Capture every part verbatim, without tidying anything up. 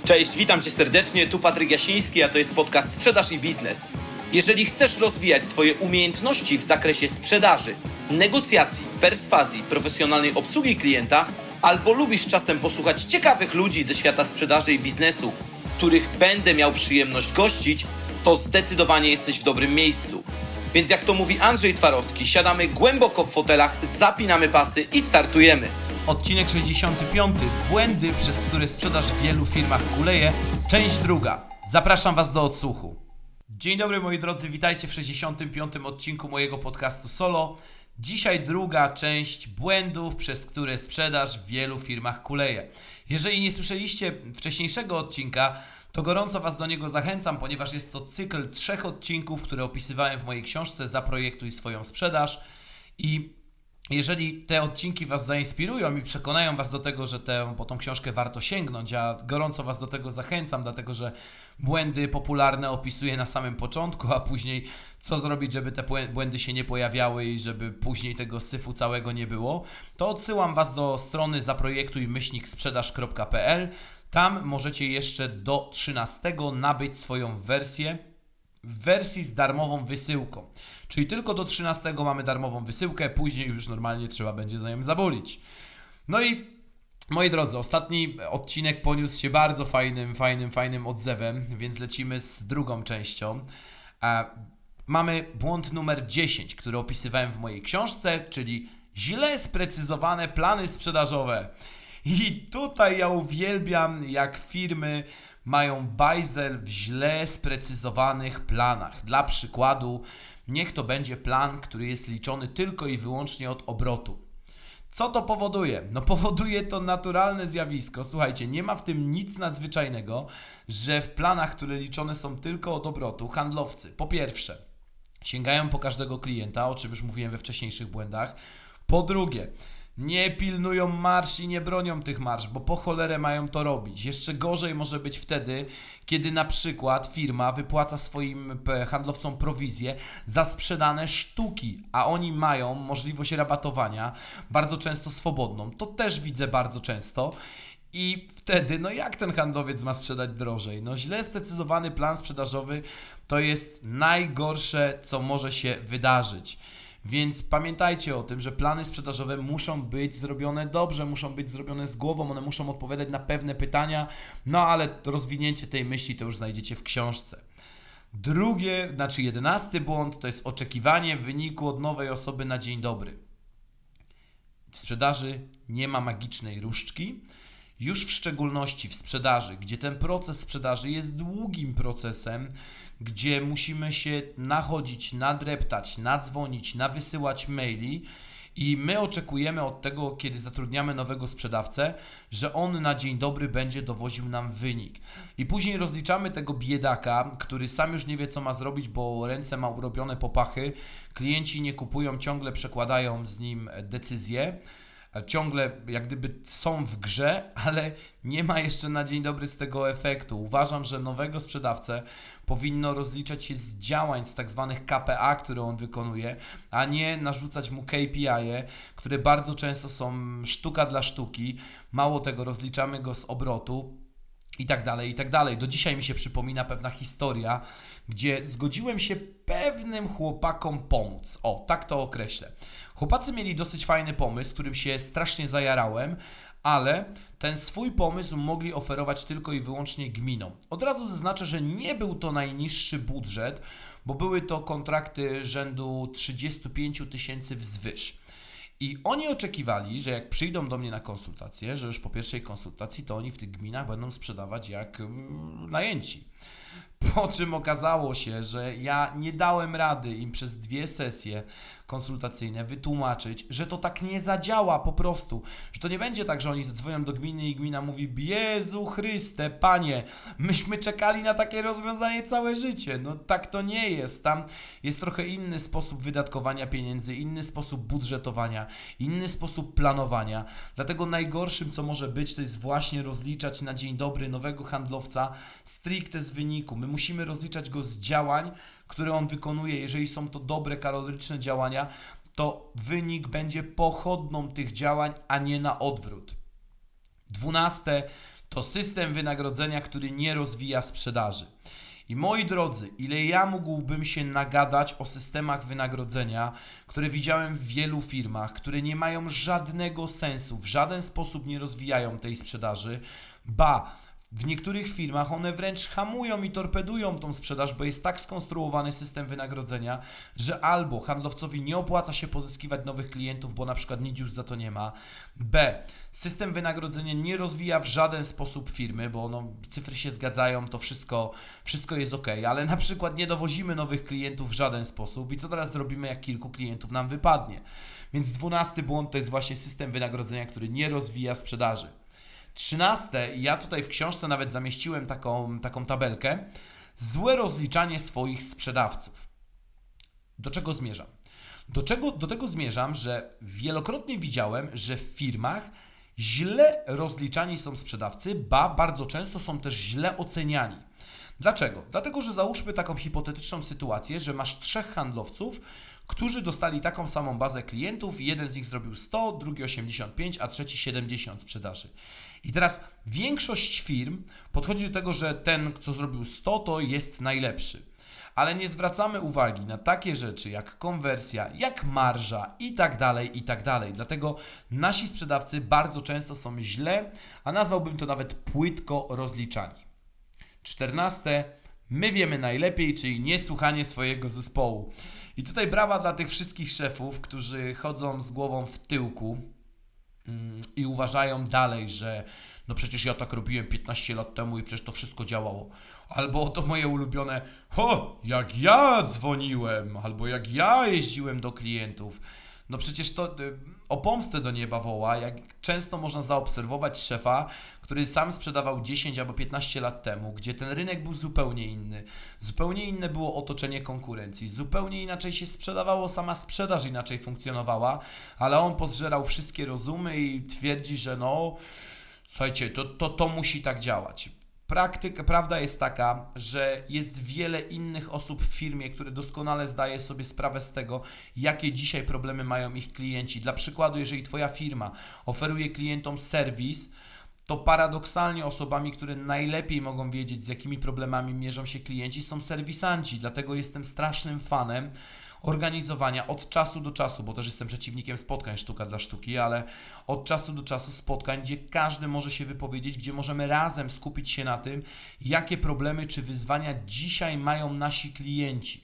Cześć, witam Cię serdecznie, tu Patryk Jasiński, a to jest podcast Sprzedaż i Biznes. Jeżeli chcesz rozwijać swoje umiejętności w zakresie sprzedaży, negocjacji, perswazji, profesjonalnej obsługi klienta, albo lubisz czasem posłuchać ciekawych ludzi ze świata sprzedaży i biznesu, których będę miał przyjemność gościć, to zdecydowanie jesteś w dobrym miejscu. Więc jak to mówi Andrzej Twarowski, siadamy głęboko w fotelach, zapinamy pasy i startujemy. Odcinek sześćdziesiąty piąty. Błędy, przez które sprzedaż w wielu firmach kuleje. Część druga. Zapraszam Was do odsłuchu. Dzień dobry moi drodzy, witajcie w sześćdziesiątym piątym odcinku mojego podcastu Solo. Dzisiaj druga część błędów, przez które sprzedaż w wielu firmach kuleje. Jeżeli nie słyszeliście wcześniejszego odcinka, to gorąco Was do niego zachęcam, ponieważ jest to cykl trzech odcinków, które opisywałem w mojej książce Zaprojektuj swoją sprzedaż. I jeżeli te odcinki Was zainspirują i przekonają Was do tego, że tę, po tą książkę warto sięgnąć, a gorąco Was do tego zachęcam, dlatego że błędy popularne opisuję na samym początku, a później co zrobić, żeby te błędy się nie pojawiały i żeby później tego syfu całego nie było, to odsyłam Was do strony zaprojektuj myślnik sprzedaż kropka p l. Tam możecie jeszcze do trzynastego nabyć swoją wersję w wersji z darmową wysyłką. Czyli tylko do trzynastego mamy darmową wysyłkę, później już normalnie trzeba będzie za nią zabulić. No i moi drodzy, ostatni odcinek poniósł się bardzo fajnym, fajnym, fajnym odzewem, więc lecimy z drugą częścią. Mamy błąd numer dziesięć, który opisywałem w mojej książce, czyli źle sprecyzowane plany sprzedażowe. I tutaj ja uwielbiam, jak firmy mają bajzel w źle sprecyzowanych planach. Dla przykładu, niech to będzie plan, który jest liczony tylko i wyłącznie od obrotu. Co to powoduje? No powoduje to naturalne zjawisko. Słuchajcie, nie ma w tym nic nadzwyczajnego, że w planach, które liczone są tylko od obrotu, handlowcy po pierwsze sięgają po każdego klienta, o czym już mówiłem we wcześniejszych błędach. Po drugie, nie pilnują marsz i nie bronią tych marsz, bo po cholerę mają to robić. Jeszcze gorzej może być wtedy, kiedy na przykład firma wypłaca swoim handlowcom prowizję za sprzedane sztuki, a oni mają możliwość rabatowania, bardzo często swobodną. To też widzę bardzo często. I wtedy, no jak ten handlowiec ma sprzedać drożej? No źle sprecyzowany plan sprzedażowy to jest najgorsze, co może się wydarzyć. Więc pamiętajcie o tym, że plany sprzedażowe muszą być zrobione dobrze, muszą być zrobione z głową, one muszą odpowiadać na pewne pytania, no ale rozwinięcie tej myśli to już znajdziecie w książce. Drugie, znaczy jedenasty błąd to jest oczekiwanie wyniku od nowej osoby na dzień dobry. W sprzedaży nie ma magicznej różdżki. Już w szczególności w sprzedaży, gdzie ten proces sprzedaży jest długim procesem, gdzie musimy się nachodzić, nadreptać, nadzwonić, nawysyłać maili i my oczekujemy od tego, kiedy zatrudniamy nowego sprzedawcę, że on na dzień dobry będzie dowoził nam wynik. I później rozliczamy tego biedaka, który sam już nie wie, co ma zrobić, bo ręce ma urobione po pachy, klienci nie kupują, ciągle przekładają z nim decyzje, ciągle jak gdyby są w grze, ale nie ma jeszcze na dzień dobry z tego efektu. Uważam, że nowego sprzedawcę powinno rozliczać się z działań, z tak zwanych K P A, które on wykonuje, a nie narzucać mu K P I-e, które bardzo często są sztuka dla sztuki. Mało tego, rozliczamy go z obrotu i tak dalej, i tak dalej. Do dzisiaj mi się przypomina pewna historia, gdzie zgodziłem się pewnym chłopakom pomóc. O, tak to określę. Chłopacy mieli dosyć fajny pomysł, którym się strasznie zajarałem, ale ten swój pomysł mogli oferować tylko i wyłącznie gminom. Od razu zaznaczę, że nie był to najniższy budżet, bo były to kontrakty rzędu trzydzieści pięć tysięcy wzwyż. I oni oczekiwali, że jak przyjdą do mnie na konsultację, że już po pierwszej konsultacji to oni w tych gminach będą sprzedawać jak mm, najęci. Po czym okazało się, że ja nie dałem rady im przez dwie sesje konsultacyjne wytłumaczyć, że to tak nie zadziała po prostu, że to nie będzie tak, że oni zadzwonią do gminy i gmina mówi: Jezu Chryste, Panie, myśmy czekali na takie rozwiązanie całe życie. No tak to nie jest. Tam jest trochę inny sposób wydatkowania pieniędzy, inny sposób budżetowania, inny sposób planowania. Dlatego najgorszym, co może być, to jest właśnie rozliczać na dzień dobry nowego handlowca stricte z wyniku. My musimy rozliczać go z działań, które on wykonuje. Jeżeli są to dobre, kaloryczne działania, to wynik będzie pochodną tych działań, a nie na odwrót. Dwunaste to system wynagrodzenia, który nie rozwija sprzedaży. I moi drodzy, ile ja mógłbym się nagadać o systemach wynagrodzenia, które widziałem w wielu firmach, które nie mają żadnego sensu, w żaden sposób nie rozwijają tej sprzedaży, ba, w niektórych firmach one wręcz hamują i torpedują tą sprzedaż, bo jest tak skonstruowany system wynagrodzenia, że albo handlowcowi nie opłaca się pozyskiwać nowych klientów, bo na przykład nic już za to nie ma, b, system wynagrodzenia nie rozwija w żaden sposób firmy, bo no, cyfry się zgadzają, to wszystko, wszystko jest ok, ale na przykład nie dowozimy nowych klientów w żaden sposób i co teraz zrobimy, jak kilku klientów nam wypadnie. Więc dwunasty błąd to jest właśnie system wynagrodzenia, który nie rozwija sprzedaży. Trzynaste, ja tutaj w książce nawet zamieściłem taką, taką tabelkę, złe rozliczanie swoich sprzedawców. Do czego zmierzam? Do, czego, do tego zmierzam, że wielokrotnie widziałem, że w firmach źle rozliczani są sprzedawcy, ba, bardzo często są też źle oceniani. Dlaczego? Dlatego, że załóżmy taką hipotetyczną sytuację, że masz trzech handlowców, którzy dostali taką samą bazę klientów i jeden z nich zrobił sto, drugi osiemdziesiąt pięć, a trzeci siedemdziesiąt sprzedaży. I teraz większość firm podchodzi do tego, że ten, co zrobił sto, to jest najlepszy. Ale nie zwracamy uwagi na takie rzeczy jak konwersja, jak marża i tak dalej, i tak dalej. Dlatego nasi sprzedawcy bardzo często są źle, a nazwałbym to nawet płytko rozliczani. czternaste. My wiemy najlepiej, czyli niesłuchanie swojego zespołu. I tutaj brawa dla tych wszystkich szefów, którzy chodzą z głową w tyłku mm, i uważają dalej, że no przecież ja tak robiłem piętnaście lat temu i przecież to wszystko działało. Albo to moje ulubione, ho, jak ja dzwoniłem, albo jak ja jeździłem do klientów. No przecież to y, o pomstę do nieba woła, jak często można zaobserwować szefa, który sam sprzedawał dziesięć albo piętnaście lat temu, gdzie ten rynek był zupełnie inny. Zupełnie inne było otoczenie konkurencji, zupełnie inaczej się sprzedawało, sama sprzedaż inaczej funkcjonowała, ale on pozżerał wszystkie rozumy i twierdzi, że no, słuchajcie, to, to, to musi tak działać. Praktyka, prawda jest taka, że jest wiele innych osób w firmie, które doskonale zdaje sobie sprawę z tego, jakie dzisiaj problemy mają ich klienci. Dla przykładu, jeżeli Twoja firma oferuje klientom serwis, to paradoksalnie osobami, które najlepiej mogą wiedzieć, z jakimi problemami mierzą się klienci, są serwisanci. Dlatego jestem strasznym fanem organizowania od czasu do czasu, bo też jestem przeciwnikiem spotkań sztuka dla sztuki, ale od czasu do czasu spotkań, gdzie każdy może się wypowiedzieć, gdzie możemy razem skupić się na tym, jakie problemy czy wyzwania dzisiaj mają nasi klienci.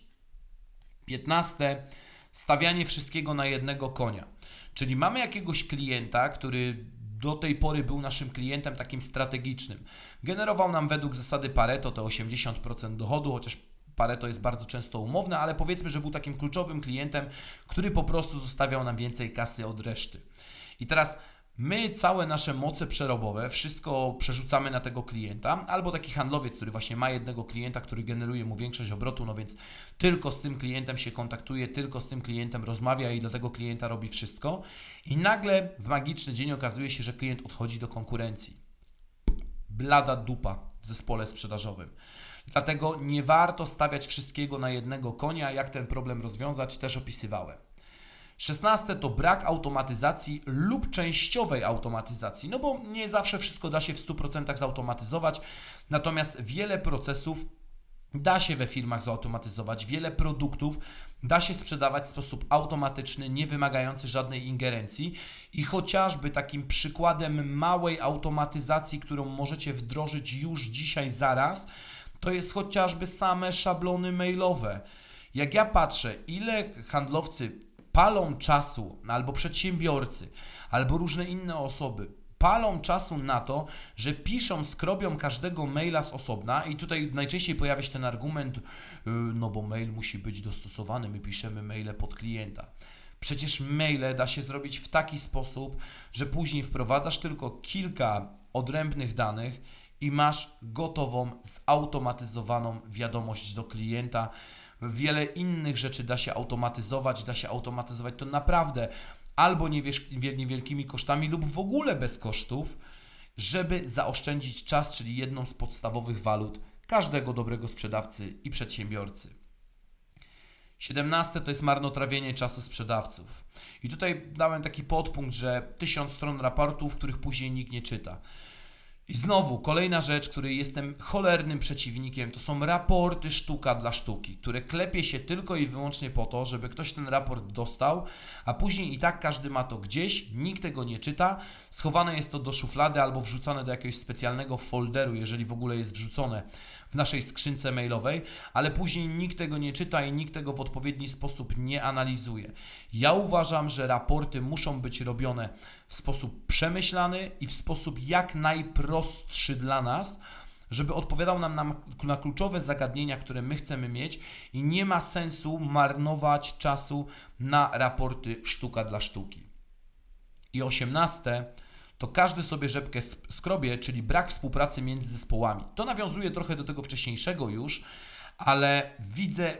piętnaste. Stawianie wszystkiego na jednego konia. Czyli mamy jakiegoś klienta, który do tej pory był naszym klientem takim strategicznym. Generował nam według zasady Pareto te osiemdziesiąt procent dochodu, chociaż Pareto jest bardzo często umowne, ale powiedzmy, że był takim kluczowym klientem, który po prostu zostawiał nam więcej kasy od reszty. I teraz my całe nasze moce przerobowe, wszystko przerzucamy na tego klienta, albo taki handlowiec, który właśnie ma jednego klienta, który generuje mu większość obrotu, no więc tylko z tym klientem się kontaktuje, tylko z tym klientem rozmawia i dla tego klienta robi wszystko. I nagle w magiczny dzień okazuje się, że klient odchodzi do konkurencji. Blada dupa w zespole sprzedażowym. Dlatego nie warto stawiać wszystkiego na jednego konia, jak ten problem rozwiązać, też opisywałem. szesnaste to brak automatyzacji lub częściowej automatyzacji, no bo nie zawsze wszystko da się w stu procentach zautomatyzować, natomiast wiele procesów da się we firmach zautomatyzować, wiele produktów da się sprzedawać w sposób automatyczny, nie wymagający żadnej ingerencji i chociażby takim przykładem małej automatyzacji, którą możecie wdrożyć już dzisiaj zaraz, to jest chociażby same szablony mailowe. Jak ja patrzę, ile handlowcy palą czasu, albo przedsiębiorcy, albo różne inne osoby palą czasu na to, że piszą, skrobią każdego maila z osobna i tutaj najczęściej pojawia się ten argument, no bo mail musi być dostosowany, my piszemy maile pod klienta. Przecież maile da się zrobić w taki sposób, że później wprowadzasz tylko kilka odrębnych danych i masz gotową, zautomatyzowaną wiadomość do klienta. Wiele innych rzeczy da się automatyzować, da się automatyzować to naprawdę albo niewielkimi kosztami lub w ogóle bez kosztów, żeby zaoszczędzić czas, czyli jedną z podstawowych walut każdego dobrego sprzedawcy i przedsiębiorcy. siedemnaste to jest marnotrawienie czasu sprzedawców. I tutaj dałem taki podpunkt, że tysiąc stron raportów, których później nikt nie czyta. I znowu, kolejna rzecz, której jestem cholernym przeciwnikiem, to są raporty sztuka dla sztuki, które klepie się tylko i wyłącznie po to, żeby ktoś ten raport dostał, a później i tak każdy ma to gdzieś, nikt tego nie czyta, schowane jest to do szuflady albo wrzucone do jakiegoś specjalnego folderu, jeżeli w ogóle jest wrzucone w naszej skrzynce mailowej, ale później nikt tego nie czyta i nikt tego w odpowiedni sposób nie analizuje. Ja uważam, że raporty muszą być robione w sposób przemyślany i w sposób jak najprostszy dla nas, żeby odpowiadał nam na, na kluczowe zagadnienia, które my chcemy mieć i nie ma sensu marnować czasu na raporty sztuka dla sztuki. I osiemnaste to każdy sobie rzepkę skrobie, czyli brak współpracy między zespołami. To nawiązuje trochę do tego wcześniejszego już, ale widzę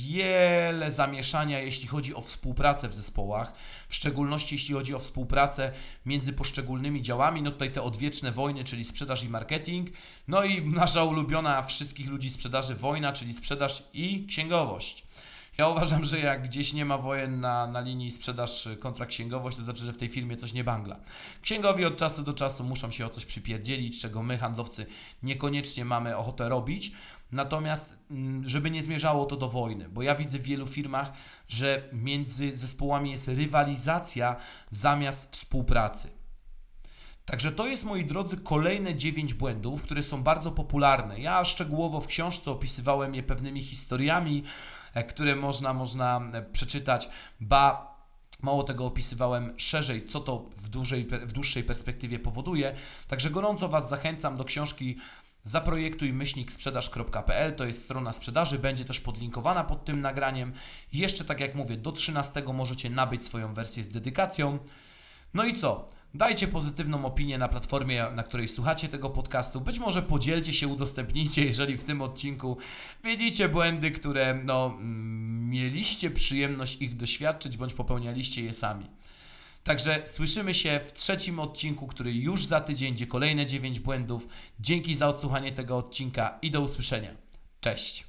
wiele zamieszania, jeśli chodzi o współpracę w zespołach, w szczególności jeśli chodzi o współpracę między poszczególnymi działami, no tutaj te odwieczne wojny, czyli sprzedaż i marketing, no i nasza ulubiona wszystkich ludzi sprzedaży wojna, czyli sprzedaż i księgowość. Ja uważam, że jak gdzieś nie ma wojen na, na linii sprzedaż kontra księgowość, to znaczy, że w tej firmie coś nie bangla. Księgowi od czasu do czasu muszą się o coś przypierdzielić, czego my, handlowcy, niekoniecznie mamy ochotę robić. Natomiast, żeby nie zmierzało to do wojny, bo ja widzę w wielu firmach, że między zespołami jest rywalizacja zamiast współpracy. Także to jest, moi drodzy, kolejne dziewięć błędów, które są bardzo popularne. Ja szczegółowo w książce opisywałem je pewnymi historiami, które można, można przeczytać, ba mało tego opisywałem szerzej, co to w, dużej, w dłuższej perspektywie powoduje. Także gorąco Was zachęcam do książki Zaprojektuj myślnik sprzedaż kropka p l, to jest strona sprzedaży, będzie też podlinkowana pod tym nagraniem. Jeszcze tak jak mówię, do trzynastego możecie nabyć swoją wersję z dedykacją. No i co? Dajcie pozytywną opinię na platformie, na której słuchacie tego podcastu. Być może podzielcie się, udostępnijcie, jeżeli w tym odcinku widzicie błędy, które no, mieliście przyjemność ich doświadczyć, bądź popełnialiście je sami. Także słyszymy się w trzecim odcinku, który już za tydzień, gdzie kolejne dziewięć błędów. Dzięki za odsłuchanie tego odcinka i do usłyszenia. Cześć!